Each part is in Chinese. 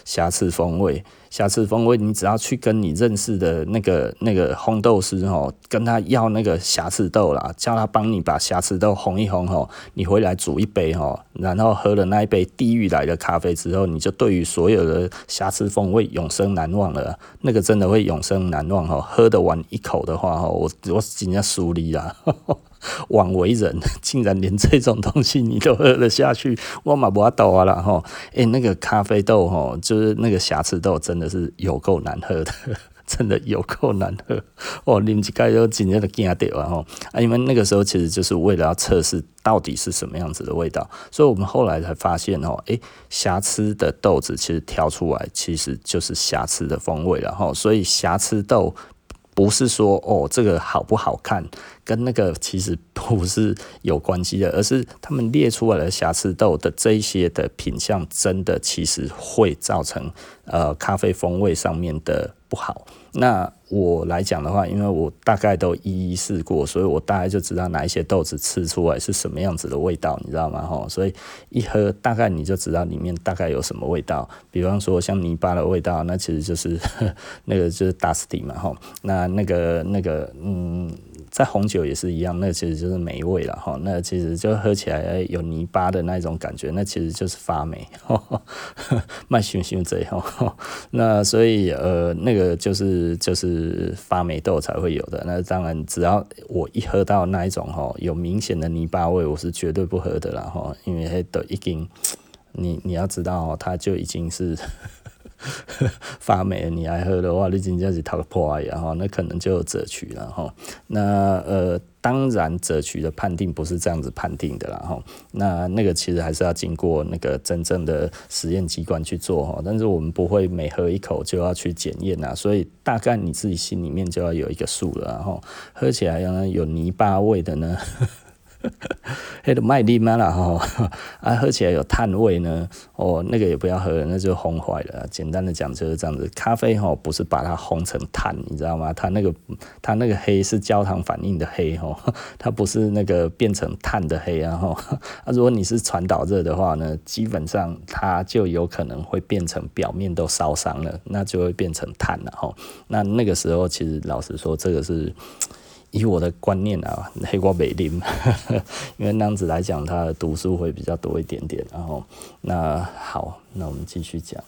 瑕疵风味。瑕疵风味，你只要去跟你认识的那个烘豆师跟他要那个瑕疵豆啦，叫他帮你把瑕疵豆烘一烘你回来煮一杯然后喝了那一杯地狱来的咖啡之后，你就对于所有的瑕疵风味永生难忘了。那个真的会永生难忘喝得完一口的话我真的输力啦。枉为人，竟然连这种东西你都喝得下去，我嘛没办法啦那个咖啡豆就是那个瑕疵豆，真的是有够难喝的。真的有够难喝啉一盖就真的惊到因为那个时候其实就是为了要测试到底是什么样子的味道，所以我们后来才发现瑕疵的豆子其实挑出来其实就是瑕疵的风味了所以瑕疵豆不是说这个好不好看，跟那个其实不是有关系的，而是他们列出来的瑕疵豆的这一些的品相，真的其实会造成咖啡风味上面的不好。那我来讲的话，因为我大概都一一试过，所以我大概就知道哪一些豆子吃出来是什么样子的味道，你知道吗？所以一喝大概你就知道里面大概有什么味道。比方说像泥巴的味道，那其实就是那个就是 dusty 嘛那个在红酒也是一样，那其实就是霉味啦那其实就喝起来有泥巴的那种感觉，那其实就是发霉卖熊这那所以那个就是发霉豆才会有的。那当然只要我一喝到那一种有明显的泥巴味，我是绝对不喝的啦因为都已经你要知道它就已经是发霉了，你还喝的话，你真的是头破呀那可能就有赭曲了那当然赭曲的判定不是这样子判定的啦那个其实还是要经过那个真正的实验机关去做但是我们不会每喝一口就要去检验所以大概你自己心里面就要有一个数了喝起来呢有泥巴味的呢那个卖力嘛啦喝起来有碳味呢那个也不要喝了，那就烘坏了。简单的讲就是这样子，咖啡不是把它烘成碳，你知道吗？它那个黑是焦糖反应的黑它不是那个变成碳的黑如果你是传导热的话呢，基本上它就有可能会变成表面都烧伤了，那就会变成碳了那个时候其实老实说，这个是以我的观念黑我没啉因为那样子来讲它的毒素会比较多一点点那好，那我们继续讲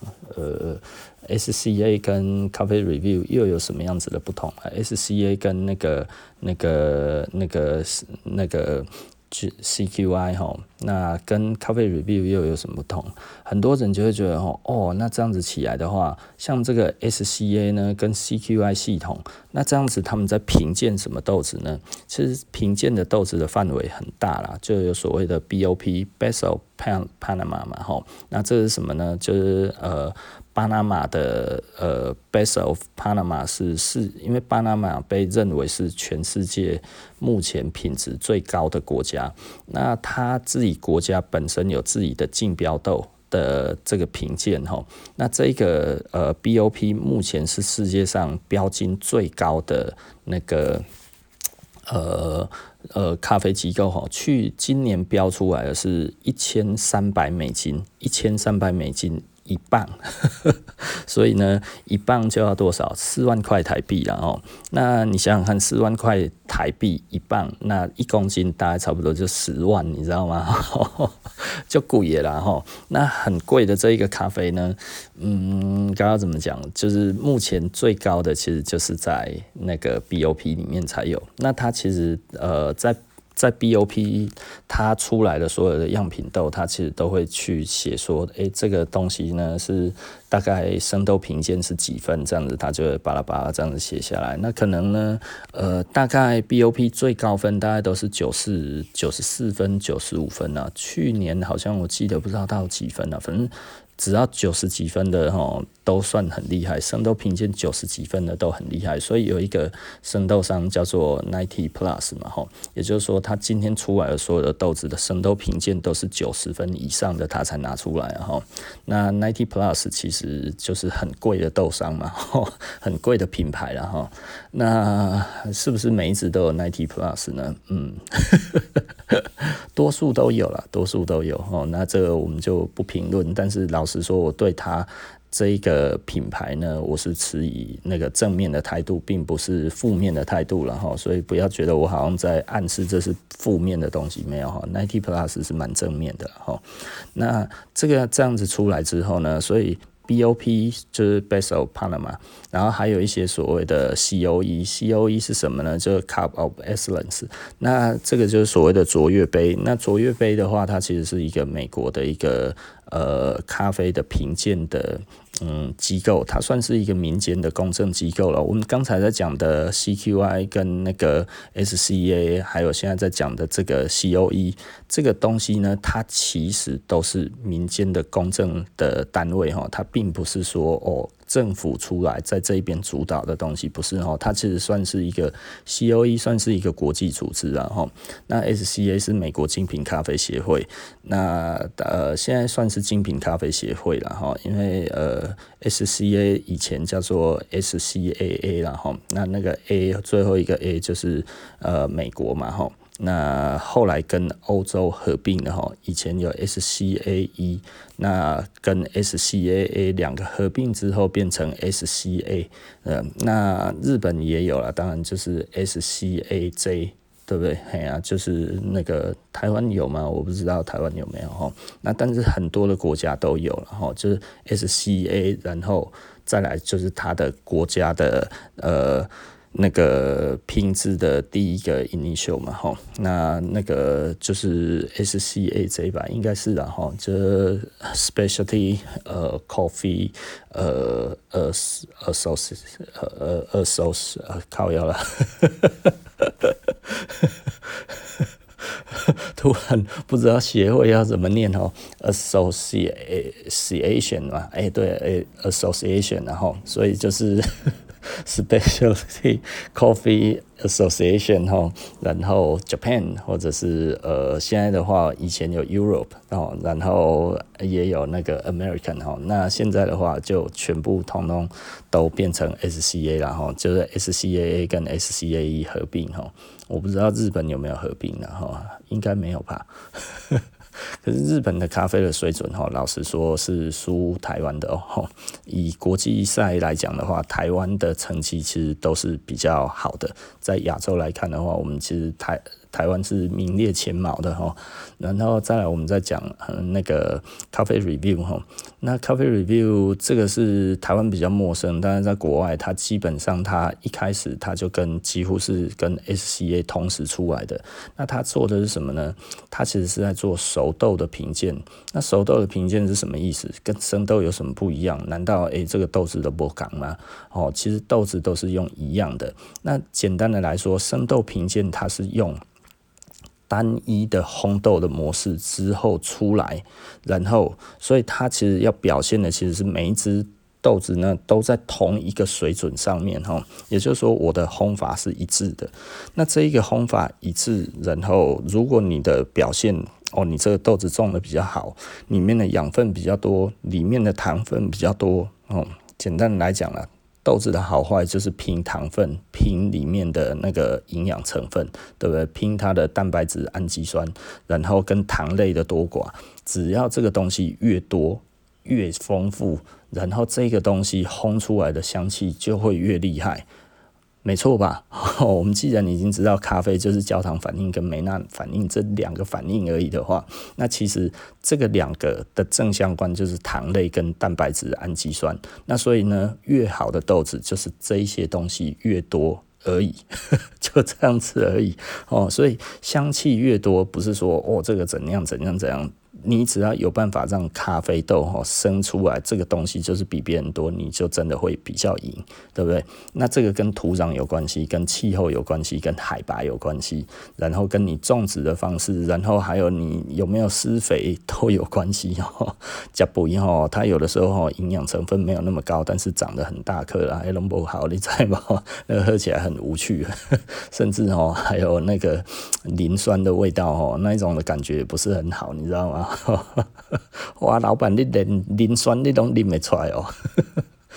SCA 跟 Coffee Review 又有什么样子的不同SCA 跟那个CQI 那跟 Coffee Review 又有什么不同？很多人就会觉得那这样子起来的话，像这个 SCA 呢跟 CQI 系统，那这样子他们在评鉴什么豆子呢？其实评鉴的豆子的范围很大啦，就有所谓的 BOP Best of Panama 嘛那这是什么呢？就是巴拿马的Best of Panama 是因为巴拿马被认为是全世界目前品质最高的国家，那他自己国家本身有自己的竞标豆的这个评鉴那这个BOP 目前是世界上标金最高的那个咖啡机构去今年标出来的是$1300一磅所以呢一磅就要多少？4万块台币啦那你想想看，4万块台币一磅，那1公斤大概差不多就10万，你知道吗？就贵的啦那很贵的这一个咖啡呢刚刚怎么讲，就是目前最高的其实就是在那个 BOP 里面才有。那它其实在 BOP 它出来的所有的样品豆，它其实都会去写说这个东西呢是大概生豆评鉴是几分，这样子它就会巴拉巴拉这样子写下来。那可能呢大概 BOP 最高分大概都是94分95分啊，去年好像我记得不知道到几分啊，反正只要90几分的都算很厉害，生豆评鉴90几分的都很厉害，所以有一个生豆商叫做 90 Plus 嘛也就是说他今天出来的所有的豆子的生豆评鉴都是90分以上的他才拿出来那90 Plus 其实就是很贵的豆商嘛很贵的品牌啦那是不是每一支都有90 Plus 呢？多数都有啦，多数都有那这个我们就不评论，但是老实说我对它这一个品牌呢，我是持以那个正面的态度，并不是负面的态度了哈，所以不要觉得我好像在暗示这是负面的东西，没有哈。90 Plus 是蛮正面的哈。那这个这样子出来之后呢，所以BOP 就是 Best of Panama， 然后还有一些所谓的 COE 是什么呢？就是 Cup of Excellence。那这个就是所谓的卓越杯。那卓越杯的话，它其实是一个美国的一个咖啡的评鉴的机构，它算是一个民间的公证机构了。我们刚才在讲的 CQI 跟那个 SCA， 还有现在在讲的这个 COE 这个东西呢，它其实都是民间的公证的单位哈，它并不是说政府出来在这一边主导的东西，不是哈，它其实算是一个 COE 算是一个国际组织啊哈。那 SCA 是美国精品咖啡协会，那现在算是精品咖啡协会了哈，因为SCA 以前叫做 SCAA 啦哈，那个 A 最后一个 A 就是美国嘛哈。那后来跟欧洲合并了哈，以前有 SCAE， 那跟 SCAA 两个合并之后变成 SCA， 那日本也有了，当然就是 SCAJ， 对不对？嘿啊，就是那个台湾有吗？我不知道台湾有没有哈。那但是很多的国家都有了哈，就是 SCA， 然后再来就是它的国家的那个拼字的第一个 initial 嘛吼，那个就是 SCAJ 吧，应该是啦吼，这 specialty coffee associate 靠腰了。突然不知道协会要怎么念哦 ，association 嘛，对，association， 然后所以就是Specialty Coffee Association 哈，然后 Japan 或者是现在的话，以前有 Europe 哦，然后也有那个 American 哈，那现在的话就全部通通都变成 SCA 啦哈，就是 SCAA 跟 SCAE 合并哈，我不知道日本有没有合并啦哈，应该没有吧。可是日本的咖啡的水准老实说是输台湾的哦。以国际赛来讲的话，台湾的成绩其实都是比较好的。在亚洲来看的话，我们其实台湾是名列前茅的哈。然后再来我们再讲那个咖啡 review 哈。那咖啡 review 这个是台湾比较陌生，但是在国外它基本上它一开始它就几乎是跟 SCA 同时出来的。那它做的是什么呢？它其实是在做熟豆的评鉴。那熟豆的评鉴是什么意思？跟生豆有什么不一样？难道这个豆子都不港吗？其实豆子都是用一样的。那简单的来说，生豆评鉴它是用单一的烘豆的模式之后出来，然后所以它其实要表现的其实是每一只豆子呢都在同一个水准上面，也就是说我的烘法是一致的。那这一个烘法一致，然后如果你的表现你这个豆子种的比较好，里面的养分比较多，里面的糖分比较多简单的来讲啦，豆子的好坏就是拼糖分，拼里面的那个营养成分，对不对？拼它的蛋白质、氨基酸，然后跟糖类的多寡。只要这个东西越多越丰富，然后这个东西烘出来的香气就会越厉害。没错吧？我们既然已经知道咖啡就是焦糖反应跟梅纳反应这两个反应而已的话，那其实这个两个的正相关就是糖类跟蛋白质、氨基酸。那所以呢，越好的豆子就是这一些东西越多而已，就这样子而已所以香气越多，不是说这个怎样怎样怎样。你只要有办法让咖啡豆生出来，这个东西就是比别人多，你就真的会比较赢，对不对？那这个跟土壤有关系，跟气候有关系，跟海拔有关系，然后跟你种植的方式，然后还有你有没有施肥都有关系加ปุ๋它有的时候营养成分没有那么高，但是长得很大颗啦，都不好，你知道吗？那个喝起来很无趣，甚至还有那个磷酸的味道那一种的感觉也不是很好，你知道吗？哇，老板，你连磷酸你都啉得出来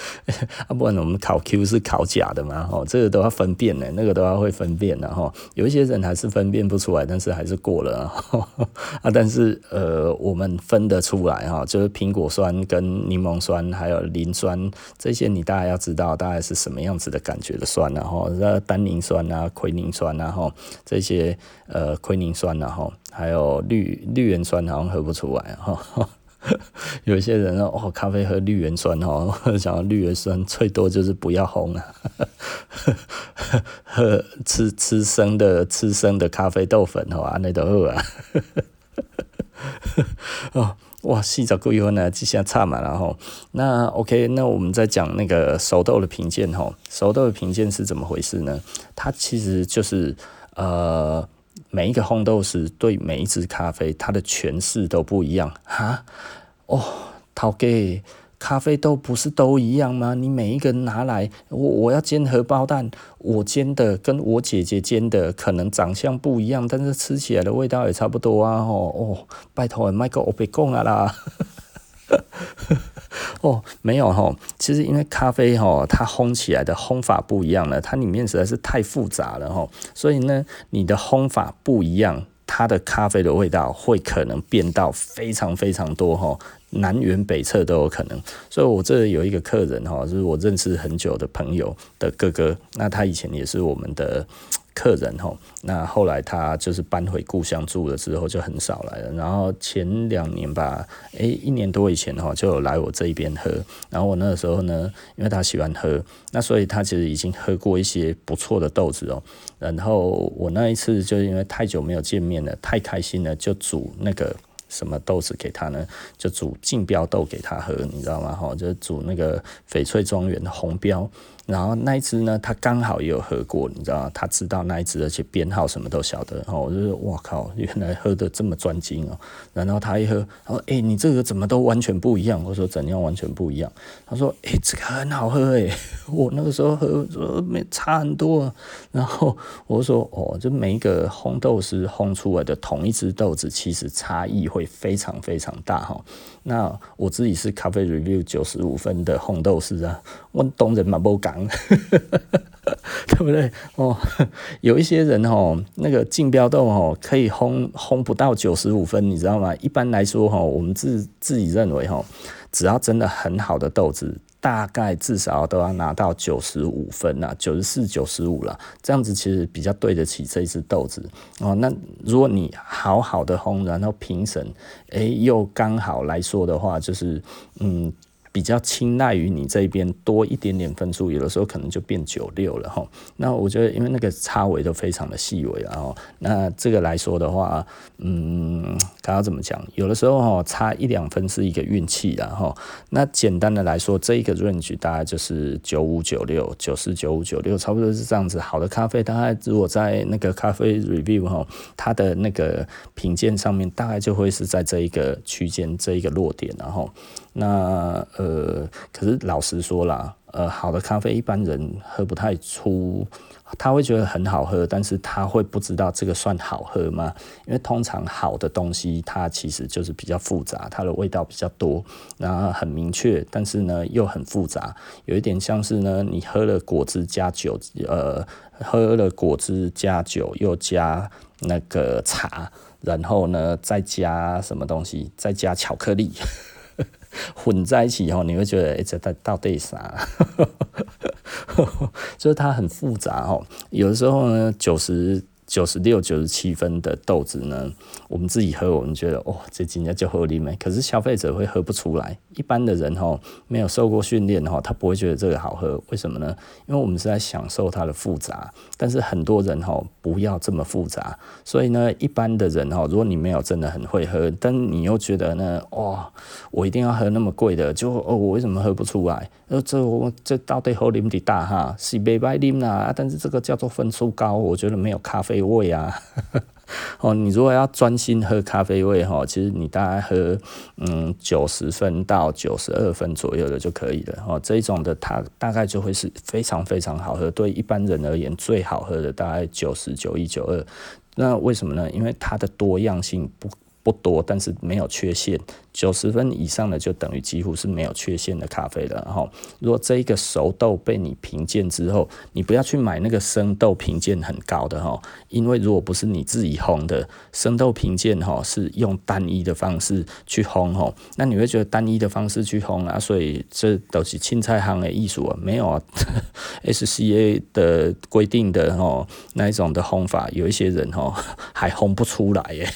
不然我们考 Q 是考假的嘛，这个都要分辨的，那个都要会分辨的有一些人还是分辨不出来，但是还是过了但是我们分得出来就是苹果酸跟柠檬酸还有磷酸这些，你大概要知道大概是什么样子的感觉的酸单宁酸啊、奎宁酸啊这些奎宁酸啊还有氯原酸好像喝不出来有一些人咖啡喝氯原酸想要氯原酸最多就是不要烘喝吃生的咖啡豆粉安尼就好哇，40几分啊，这下差嘛了那 OK， 那我们再讲那个熟豆的评鉴熟豆的评鉴是怎么回事呢？它其实就是每一个烘豆师对每一支咖啡它的诠释都不一样陶给咖啡豆不是都一样吗？你每一个拿来，我要煎荷包蛋，我煎的跟我姐姐煎的可能长相不一样，但是吃起来的味道也差不多啊拜托别个我别讲啊啦没有其实因为咖啡它烘起来的烘法不一样了，它里面实在是太复杂了所以呢，你的烘法不一样，它的咖啡的味道会可能变到非常非常多南辕北辙都有可能。所以我这有一个客人就是我认识很久的朋友的哥哥，那他以前也是我们的客人那后来他就是搬回故乡住了之后就很少来了，然后前2年吧1年多以前就有来我这一边喝，然后我那个时候呢，因为他喜欢喝，那所以他其实已经喝过一些不错的豆子然后我那一次就是因为太久没有见面了，太开心了，就煮那个什么豆子给他呢？就煮竞标豆给他喝，你知道吗？就是煮那个翡翠庄园的红标，然后那一支呢，他刚好也有喝过，你知道吗？他知道那一支，而且编号什么都晓得。我就说，哇靠，原来喝的这么专精然后他一喝，他说，你这个怎么都完全不一样？我说怎样完全不一样？他说，这个很好喝我那个时候喝说没差很多然后我说，就每一个烘豆师烘出来的同一支豆子，其实差异会非常非常大那我自己是咖啡 review 95分的烘豆师啊，我当然嘛不讲对不对有一些人那个竞标豆可以烘不到95分，你知道吗？一般来说我们自己认为只要真的很好的豆子，大概至少都要拿到95分啦，94、95啦，这样子其实比较对得起这一支豆子那如果你好好的烘，然后评审又刚好来说的话，就是比较青睐于你这边多一点点分数，有的时候可能就变96了那我觉得因为那个差微都非常的细微那这个来说的话刚刚怎么讲？有的时候差1-2分是一个运气啦那简单的来说，这一个 range 大概就是95、96、94、95、96，差不多是这样子。好的咖啡，大概如果在那个咖啡 review 它的那个评鉴上面，大概就会是在这一个区间，这一个落点那可是老实说啦，好的咖啡一般人喝不太出，他会觉得很好喝，但是他会不知道这个算好喝吗？因为通常好的东西它其实就是比较复杂，它的味道比较多，然后很明确，但是呢又很复杂，有一点像是呢你喝了果汁加酒，喝了果汁加酒又加那个茶，然后呢再加什么东西，再加巧克力。混在一起你会觉得这到底啥就是它很复杂有的时候呢96、97分的豆子呢，我们自己喝，我们觉得这真的就好啉的，可是消费者会喝不出来。一般的人没有受过训练他不会觉得这个好喝，为什么呢？因为我们是在享受它的复杂，但是很多人不要这么复杂，所以呢，一般的人如果你没有真的很会喝，但你又觉得呢，我一定要喝那么贵的，就我为什么喝不出来？这到底好啉的大哈？是没白啉啦，但是这个叫做分数高，我觉得没有咖啡味啊。你如果要专心喝咖啡味其实你大概喝90分到92分左右的就可以了这一种的它大概就会是非常非常好喝，对一般人而言最好喝的大概90、91、92。那为什么呢？因为它的多样性不多，但是没有缺陷， 90分以上的就等于几乎是没有缺陷的咖啡了哈。如果这一个熟豆被你评鉴之后，你不要去买那个生豆评鉴很高的哈，因为如果不是你自己烘的，生豆评鉴哈是用单一的方式去烘哈，那你会觉得单一的方式去烘啊，所以这都是青菜行的艺术啊，没有啊SCA 的规定的哈那一种的烘法，有一些人哈还烘不出来耶。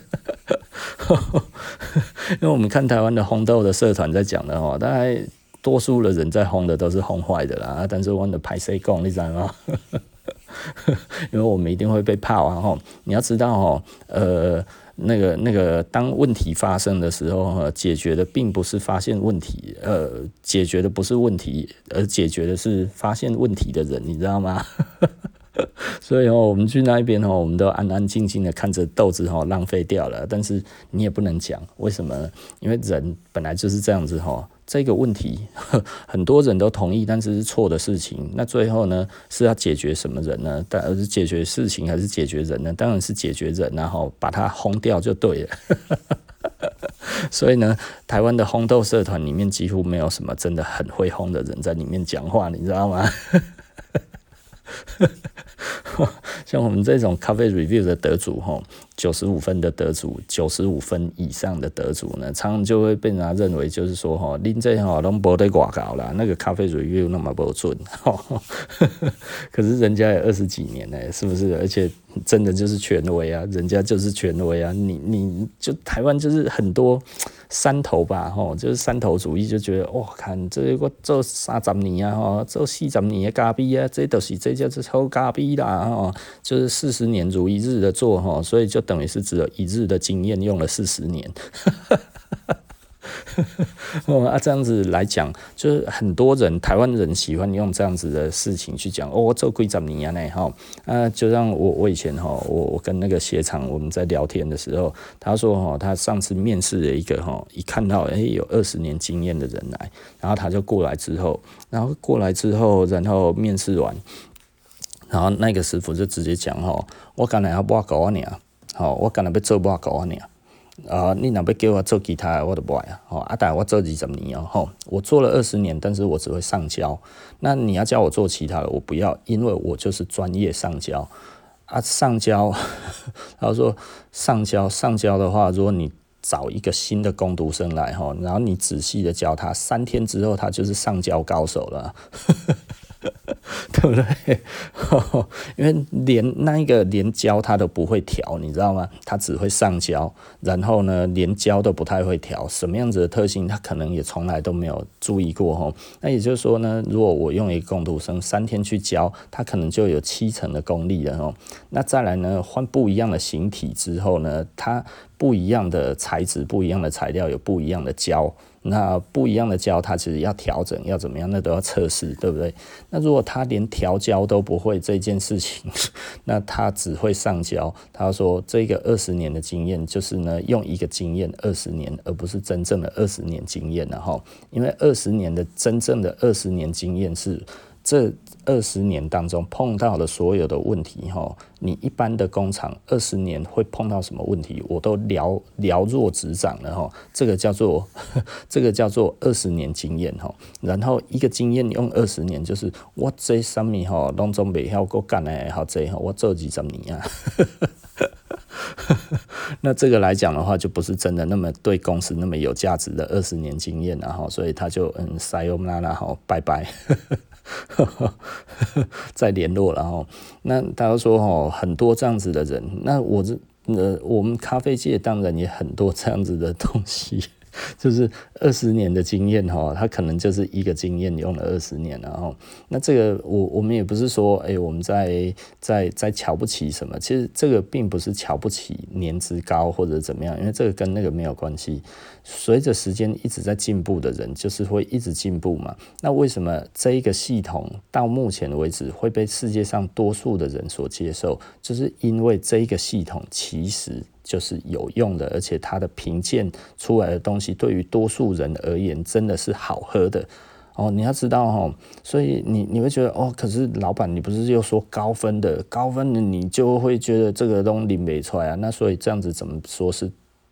因为我们看台湾的烘豆的社团在讲的哦，大概多数的人在烘的都是烘坏的啦，但是我的拍谁讲你知道吗？因为我们一定会被泡啊吼！你要知道哦，那个，当问题发生的时候，解决的并不是发现问题，解决的不是问题，而解决的是发现问题的人，你知道吗？所以我们去那边我们都安安静静的看着豆子浪费掉了，但是你也不能讲，为什么呢？因为人本来就是这样子这个问题很多人都同意，但是是错的事情。那最后呢，是要解决什么人呢？是解决事情还是解决人呢？当然是解决人，然后把它烘掉就对了。所以呢，台湾的烘豆社团里面几乎没有什么真的很会烘的人在里面讲话，你知道吗？像我们这种咖啡 review 的得主95分的得主，95分以上的得主呢，常常就会被人家认为就是说恁这都没在外搞啦，那个咖啡 review 那么不准。可是人家也20几年了，是不是？而且真的就是权威啊，人家就是权威啊。你就台湾就是很多山头吧，就是山头主义，就觉得看这我做30年啊，做40年的咖啡啊，这叫做好咖啡啦，就是40年如一日的做所以就等于是只有1日的经验用了40年。这样子来讲，就是很多人台湾人喜欢用这样子的事情去讲我做几十年呢就让我以前我跟那个鞋厂我们在聊天的时候，他说他上次面试了一个一看到有20年经验的人来，然后他就过来之后，然后面试完，然后那个师傅就直接讲我刚才要挖狗而已我刚才要做挖狗而已你若要叫我做其他的我就不爱但我做20年我做了20年，但是我只会上胶。那你要叫我做其他的，我不要，因为我就是专业上胶上胶。他说上胶的话，如果你找一个新的工读生来然后你仔细的教他，3天之后他就是上胶高手了。对不对？因为连胶他都不会调，你知道吗？他只会上胶，然后呢，连胶都不太会调，什么样子的特性他可能也从来都没有注意过那也就是说呢，如果我用一个工读生3天去教，他可能就有70%的功力了那再来呢，换不一样的形体之后呢，它不一样的材质、不一样的材料，有不一样的胶。那不一样的胶，它其实要调整，要怎么样，那都要测试，对不对？那如果他连调胶都不会这件事情，那他只会上胶。他说这个20年的经验，就是呢用一个经验20年，而不是真正的20年经验因为真正的20年经验是这20年当中碰到的所有的问题你一般的工厂20年会碰到什么问题，我都了若指掌了这个叫做20年经验然后一个经验用20年，就是我这什么拢总袂晓够干的这我做20年啊。那这个来讲的话，就不是真的那么对公司那么有价值的20年经验所以他就塞欧拉拉拜拜。再联络了那大家说很多这样子的人，那我们咖啡界当然也很多这样子的东西。就是20年的经验他可能就是一个经验用了20年那这个我们也不是说我们在瞧不起什么，其实这个并不是瞧不起年资高或者怎么样，因为这个跟那个没有关系。随着时间一直在进步的人，就是会一直进步嘛。那为什么这一个系统到目前为止会被世界上多数的人所接受，就是因为这一个系统其实就是有用的，而且它的评鉴出来的东西对于多数人而言真的是好喝的你要知道所以你会觉得可是老板你不是又说高分的你就会觉得这个东西拎不出来那所以这样子怎么说是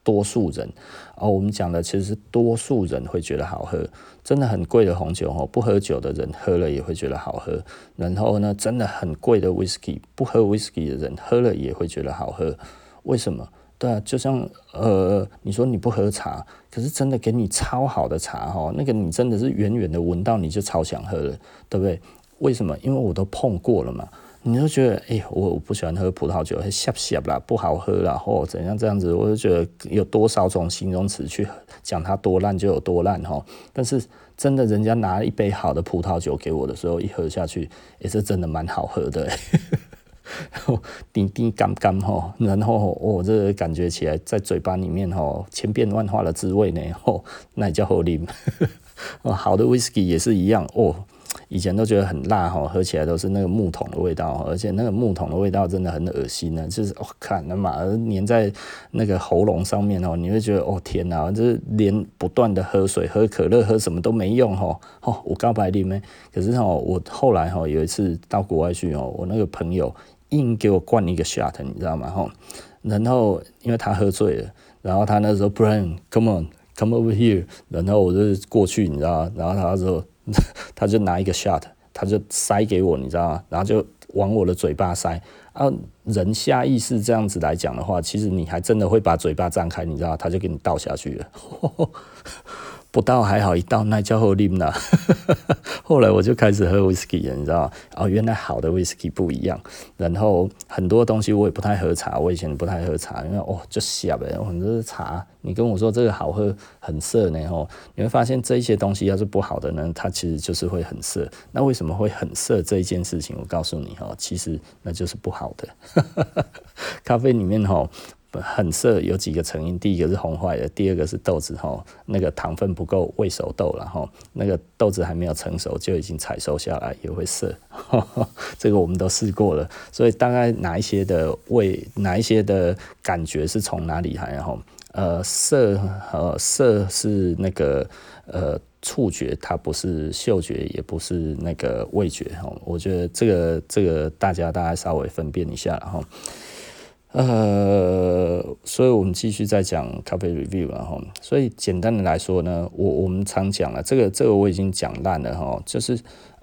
多数人我们讲的其实是多数人会觉得好喝，真的很贵的红酒不喝酒的人喝了也会觉得好喝，然后呢，真的很贵的 whisky， 不喝 whisky 的人喝了也会觉得好喝，为什么？对啊，就像你说你不喝茶，可是真的给你超好的茶那个你真的是远远的闻到你就超想喝了，对不对？为什么？因为我都碰过了嘛。你就觉得我不喜欢喝葡萄酒，涩涩啦，不好喝啦，怎样这样子，我就觉得有多少种形容词去讲它多烂就有多烂但是真的人家拿一杯好的葡萄酒给我的时候，一喝下去也是真的蛮好喝的滴滴干干然后这个感觉起来在嘴巴里面千变万化的滋味呢那也叫好啉好的 whisky 也是一样以前都觉得很辣喝起来都是那个木桶的味道，而且那个木桶的味道真的很恶心呢，就是看那嘛粘在那个喉咙上面你会觉得天哪，就是连不断的喝水、喝可乐、喝什么都没用我告白啉咩？可是我后来有一次到国外去我那个朋友硬给我灌一个 shot， 你知道吗？然后因为他喝醉了，然后他那时候 Brian come on come over here， 然后我就过去，你知道吗？然后他说他就拿一个 shot， 他就塞给我，你知道吗？然后就往我的嘴巴塞人下意识这样子来讲的话，其实你还真的会把嘴巴张开，你知道吗？他就给你倒下去了不倒还好，一倒那叫好啉啦后来我就开始喝 whisky 了，你知道吗？原来好的 whisky 不一样。然后很多东西我也不太喝茶，我以前不太喝茶，因为就涩的，这是茶。你跟我说这个好喝很涩呢你会发现这一些东西要是不好的呢，它其实就是会很涩。那为什么会很涩这一件事情，我告诉你其实那就是不好的咖啡里面很涩有几个成因，第一个是烘坏的，第二个是豆子那个糖分不够，未熟豆啦那个豆子还没有成熟就已经采收下来也会涩这个我们都试过了，所以大概哪一些的感觉是从哪里来涩是那个触觉，它不是嗅觉，也不是那个味觉我觉得这个大家稍微分辨一下啦所以我们继续再讲咖啡 review 了所以简单的来说呢，我们常讲了，这个我已经讲烂了就是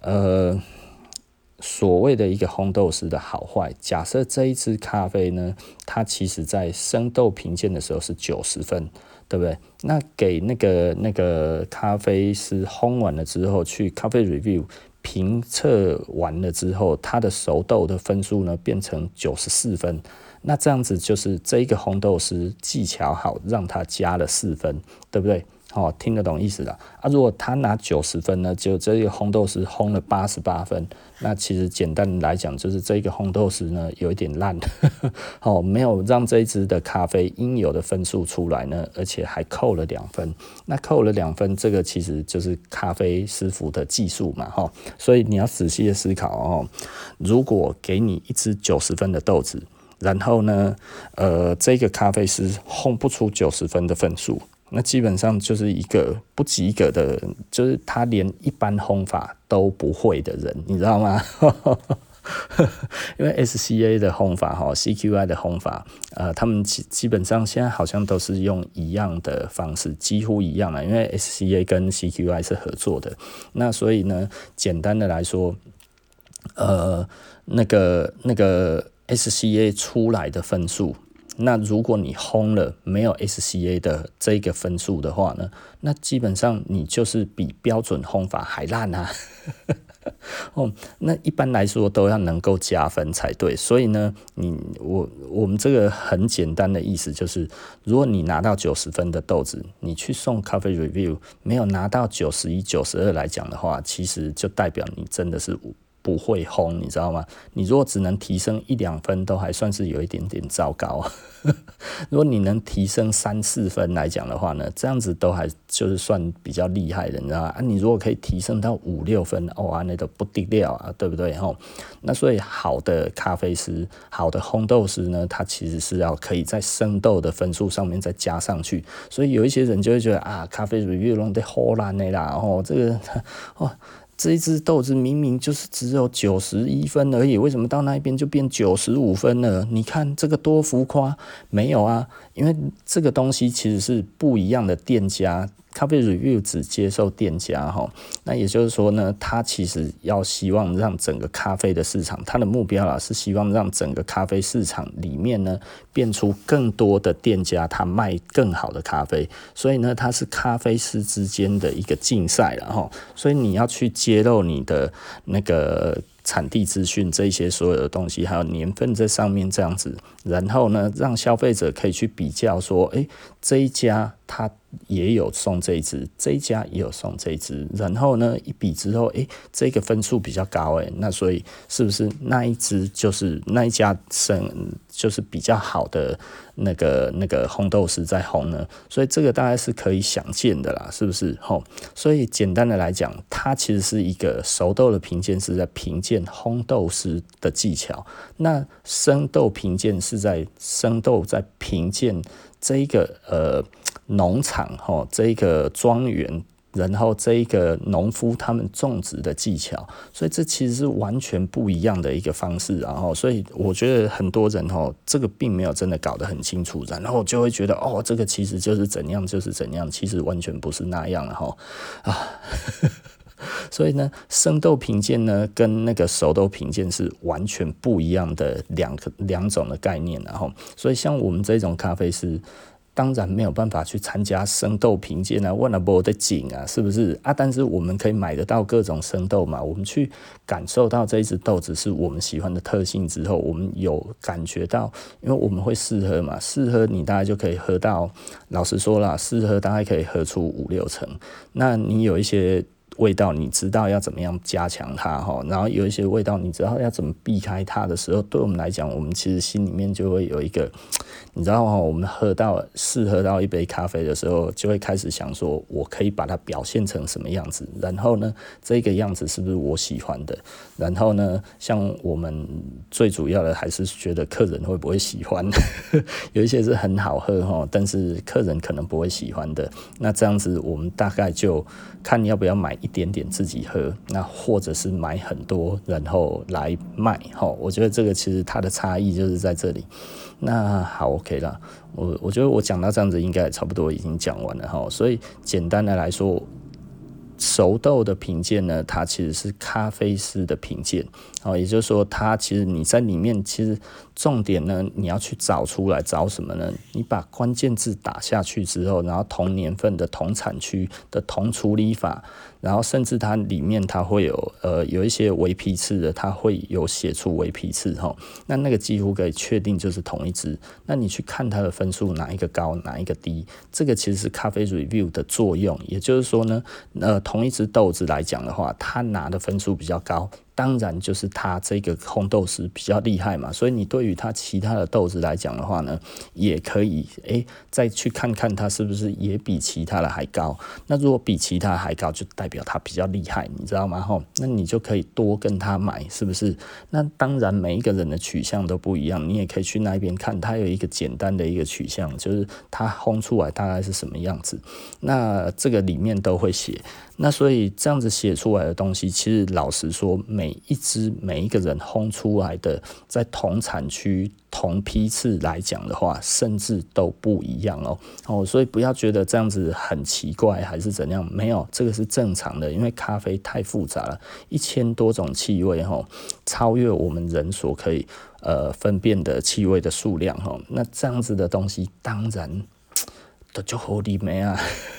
所谓的一个烘豆师的好坏，假设这一支咖啡呢，它其实在生豆评鉴的时候是90分，对不对？那给那个咖啡师烘完了之后，去咖啡 review评测完了之后，它的熟豆的分数呢变成94分。那这样子就是这一个烘豆师技巧好，让他加了4分，对不对？听得懂意思啦如果他拿90分呢，就这个烘豆师烘了88分，那其实简单来讲就是这个烘豆师呢有一点烂没有让这一支的咖啡应有的分数出来呢，而且还扣了2分。那扣了2分，这个其实就是咖啡师傅的技术嘛所以你要仔细的思考如果给你一支90分的豆子，然后呢这个咖啡师烘不出90分的分数，那基本上就是一个不及格的，就是他连一般烘法都不会的人，你知道吗因为 SCA 的烘法CQI 的烘法他们基本上现在好像都是用一样的方式，几乎一样了，因为 SCA 跟 CQI 是合作的。那所以呢，简单的来说那个 SCA 出来的分数，那如果你烘了没有 SCA 的这个分数的话呢，那基本上你就是比标准烘法还烂啊那一般来说都要能够加分才对。所以呢，我们这个很简单的意思就是，如果你拿到90分的豆子，你去送咖啡 review 没有拿到91、92来讲的话，其实就代表你真的是不会烘，你知道吗？你如果只能提升1-2分，都还算是有一点点糟糕如果你能提升3-4分来讲的话呢，这样子都还就是算比较厉害的，你知道吗？你如果可以提升到5-6分，那都不得了啊，对不对那所以好的咖啡师、好的烘豆师呢，他其实是要可以在生豆的分数上面再加上去。所以有一些人就会觉得咖啡 review 弄得好烂的啦这个这一支豆子明明就是只有91分而已，为什么到那边就变95分了？你看这个多浮夸，没有啊，因为这个东西其实是不一样的店家。咖啡 review 只接受店家哈，那也就是说呢，他其实要希望让整个咖啡的市场，他的目标啦是希望让整个咖啡市场里面呢变出更多的店家，他卖更好的咖啡，所以呢，它是咖啡师之间的一个竞赛啦哈，所以你要去揭露你的那个产地资讯这些所有的东西，还有年份在上面这样子，然后呢，让消费者可以去比较说，这一家他也有送这一支，这一家也有送这一支，然后呢一比之后，这个分数比较高，那所以是不是那一支就是那一家就是比较好的那个烘豆师在烘呢？所以这个大概是可以想见的啦，是不是？所以简单的来讲，它其实是一个熟豆的评鉴是在评鉴烘豆师的技巧，那生豆评鉴是在生豆在评鉴这一个农场这一个庄园，然后这一个农夫他们种植的技巧，所以这其实是完全不一样的一个方式，然后所以我觉得很多人这个并没有真的搞得很清楚，然后就会觉得这个其实就是怎样就是怎样，其实完全不是那样所以呢，生豆评鉴呢跟那个熟豆评鉴是完全不一样的两种的概念，然后所以像我们这种咖啡师，当然没有办法去参加生豆评鉴啊，我也没得景啊，是不是啊？但是我们可以买得到各种生豆嘛，我们去感受到这一支豆子是我们喜欢的特性之后，我们有感觉到，因为我们会试喝嘛，试喝你大概就可以喝到，老实说啦，试喝大概可以喝出5-6成，那你有一些味道你知道要怎么样加强它然后有一些味道你知道要怎么避开它的时候，对我们来讲，我们其实心里面就会有一个，你知道我们试喝到一杯咖啡的时候，就会开始想说，我可以把它表现成什么样子，然后呢，这个样子是不是我喜欢的？然后呢，像我们最主要的还是觉得客人会不会喜欢，有一些是很好喝但是客人可能不会喜欢的，那这样子我们大概就看要不要买一点点自己喝，那或者是买很多然后来卖我觉得这个其实它的差异就是在这里。那好 OK 啦，我觉得我讲到这样子应该也差不多已经讲完了所以简单的来说，熟豆的评鉴呢，它其实是咖啡师的评鉴也就是说，它其实你在里面其实重点呢，你要去找出来找什么呢？你把关键字打下去之后，然后同年份的同产区的同处理法，然后甚至它里面它会有一些微批次的，它会有写出微批次那个几乎可以确定就是同一支。那你去看它的分数哪一个高哪一个低，这个其实是咖啡 review 的作用。也就是说呢，同一支豆子来讲的话，它拿的分数比较高，当然就是他这个烘豆师比较厉害嘛，所以你对于他其他的豆子来讲的话呢，也可以再去看看他是不是也比其他的还高。那如果比其他的还高，就代表他比较厉害，你知道吗？那你就可以多跟他买，是不是？那当然每一个人的取向都不一样，你也可以去那边看，他有一个简单的一个取向，就是他烘出来大概是什么样子，那这个里面都会写。那所以这样子写出来的东西，其实老实说，每一个人烘出来的，在同产区同批次来讲的话，甚至都不一样所以不要觉得这样子很奇怪还是怎样，没有，这个是正常的，因为咖啡太复杂了，1000多种气味超越我们人所可以分辨的气味的数量那这样子的东西当然都就好利没啊。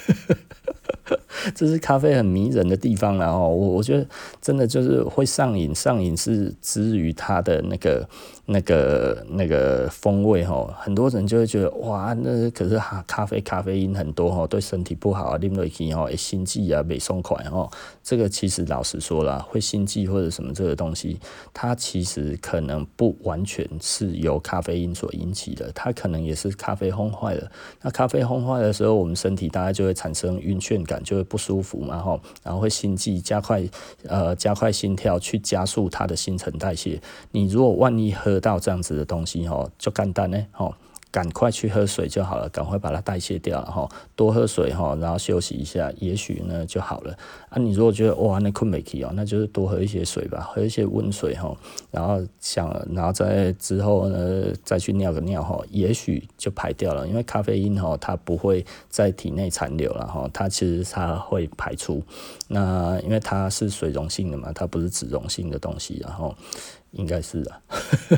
这是咖啡很迷人的地方啦我觉得真的就是会上瘾是之于它的那个风味很多人就会觉得哇，那可是咖啡因很多对身体不好啊，啉下去会心悸啊，不爽快这个其实老实说啦，会心悸或者什么这个东西，它其实可能不完全是由咖啡因所引起的，它可能也是咖啡烘坏了。那咖啡烘坏的时候，我们身体大概就会产生晕眩感，就会不舒服嘛然后会心悸，加快心跳，去加速它的新陈代谢。你如果万一喝到这样子的东西就简单赶快去喝水就好了，赶快把它代谢掉了哈，多喝水哈，然后休息一下，也许呢就好了。啊，你如果觉得哇那困不起哦，那就是多喝一些水吧，喝一些温水哈，然后在之后呢再去尿个尿哈，也许就排掉了，因为咖啡因哈它不会在体内残留了哈，它其实它会排出。那因为它是水溶性的嘛，它不是脂溶性的东西，然后应该是啊。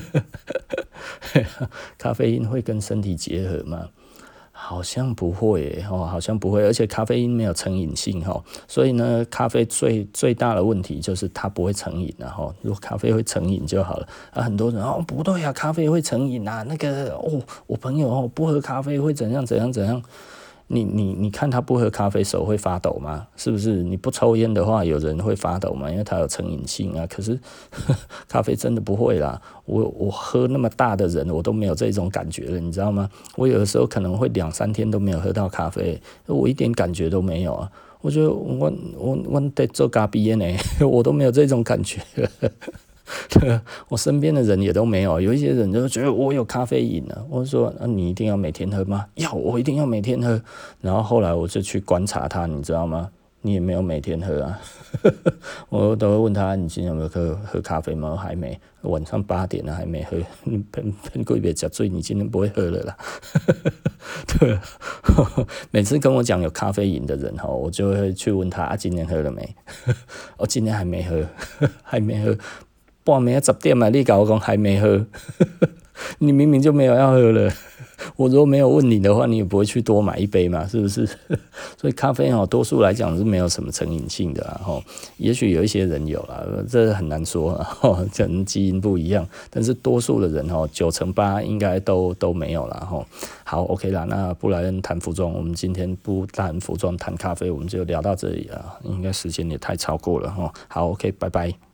咖啡因会跟身体结合吗？好像不会好像不会，而且咖啡因没有成瘾性所以呢，咖啡最大的问题就是它不会成瘾如果咖啡会成瘾就好了很多人不对啊，咖啡会成瘾啊，那个我朋友不喝咖啡会怎样怎样怎样。你看他不喝咖啡手会发抖吗？是不是？你不抽烟的话，有人会发抖吗？因为它有成瘾性啊。可是咖啡真的不会啦。我喝那么大的人，我都没有这种感觉了，你知道吗？我有的时候可能会2-3天都没有喝到咖啡，我一点感觉都没有啊。我觉得我得做咖啡呢，我都没有这种感觉。我身边的人也都没有，有一些人就觉得我有咖啡瘾了，我说你一定要每天喝吗？我一定要每天喝。然后后来我就去观察他，你知道吗？你也没有每天喝啊。我都会问他，你今天有没有喝咖啡吗？还没，晚上8点了还没喝。你喷过一杯假醉，你今天不会喝了啦。对，每次跟我讲有咖啡瘾的人我就会去问他今天喝了没？今天还没喝，还没喝。半暝10点嘛，你跟我讲还没喝，你明明就没有要喝了。我如果没有问你的话，你也不会去多买一杯嘛，是不是？所以咖啡多数来讲是没有什么成瘾性的也许有一些人有啦，这很难说可能基因不一样，但是多数的人9成8应该都没有啦好 OK 啦，那布莱恩谈服装，我们今天不谈服装谈咖啡，我们就聊到这里了，应该时间也太超过了好 OK， 拜拜。